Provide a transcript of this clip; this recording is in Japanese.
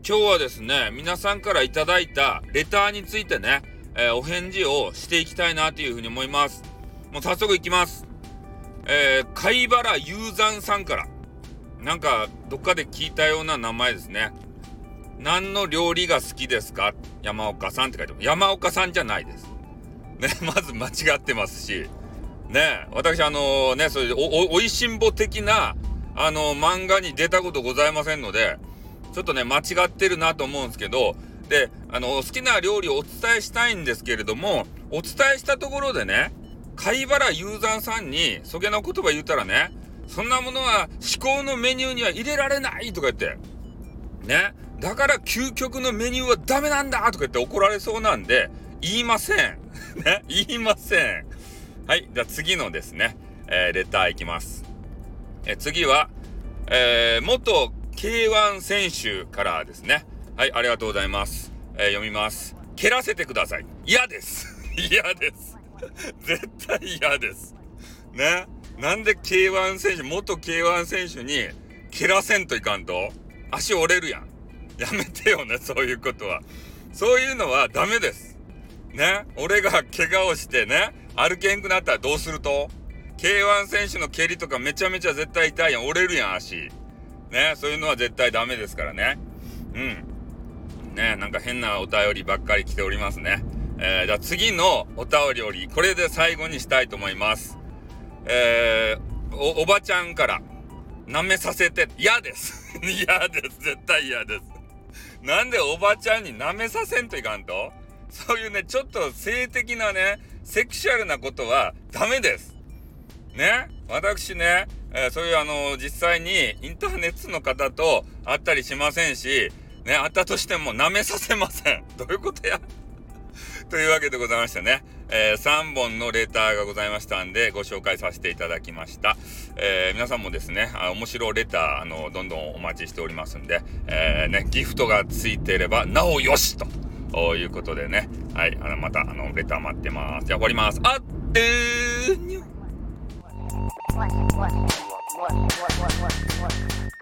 今日はですね、皆さんからいただいたレターについてね、お返事をしていきたいなというふうに思います。もう早速いきます。貝原雄山さんから、なんかどっかで聞いたような名前ですね。何の料理が好きですか？山岡さんって書いてます。山岡さんじゃないです。ね、まず間違ってますし、ね、私そういうおいしんぼ的な漫画に出たことございませんので、ちょっとね間違ってるなと思うんですけど、で好きな料理をお伝えしたいんですけれども、お伝えしたところでね、貝原雄山さんにそげな言葉言ったらね、そんなものは至高のメニューには入れられないとか言ってね、だから究極のメニューはダメなんだとか言って怒られそうなんで言いませんね、言いません。はい、じゃあ次のですね、レターいきます。次は、元 K1 選手からですね。はい、ありがとうございます。読みます。蹴らせてください。嫌です嫌です絶対嫌ですね。なんで K1 選手、元 K1 選手に蹴らせんといかんと足折れるやん。やめてよね、そういうことは。そういうのはダメですね。俺が怪我をしてね、歩けんくなったらどうすると？ K1 選手の蹴りとかめちゃめちゃ絶対痛いやん。折れるやん、足ね。そういうのは絶対ダメですからね。ね、なんか変なお便りばっかり来ておりますね。じゃあ次のお便り、これで最後にしたいと思います。おばちゃんから舐めさせて、嫌です嫌です、絶対嫌です。なんでおばちゃんに舐めさせんといかんと？そういうね、ちょっと性的なね、セクシャルなことはダメですね。私ね、そういう実際にインターネットの方と会ったりしませんしね、会ったとしても舐めさせません。どういうことやというわけでございましてね、3本のレターがございましたんでご紹介させていただきました。皆さんもですね、面白レターどんどんお待ちしておりますんで、ね、ギフトがついていればなおよしということでね、はい、またレター待ってます。じゃあ終わります。あってーにゅ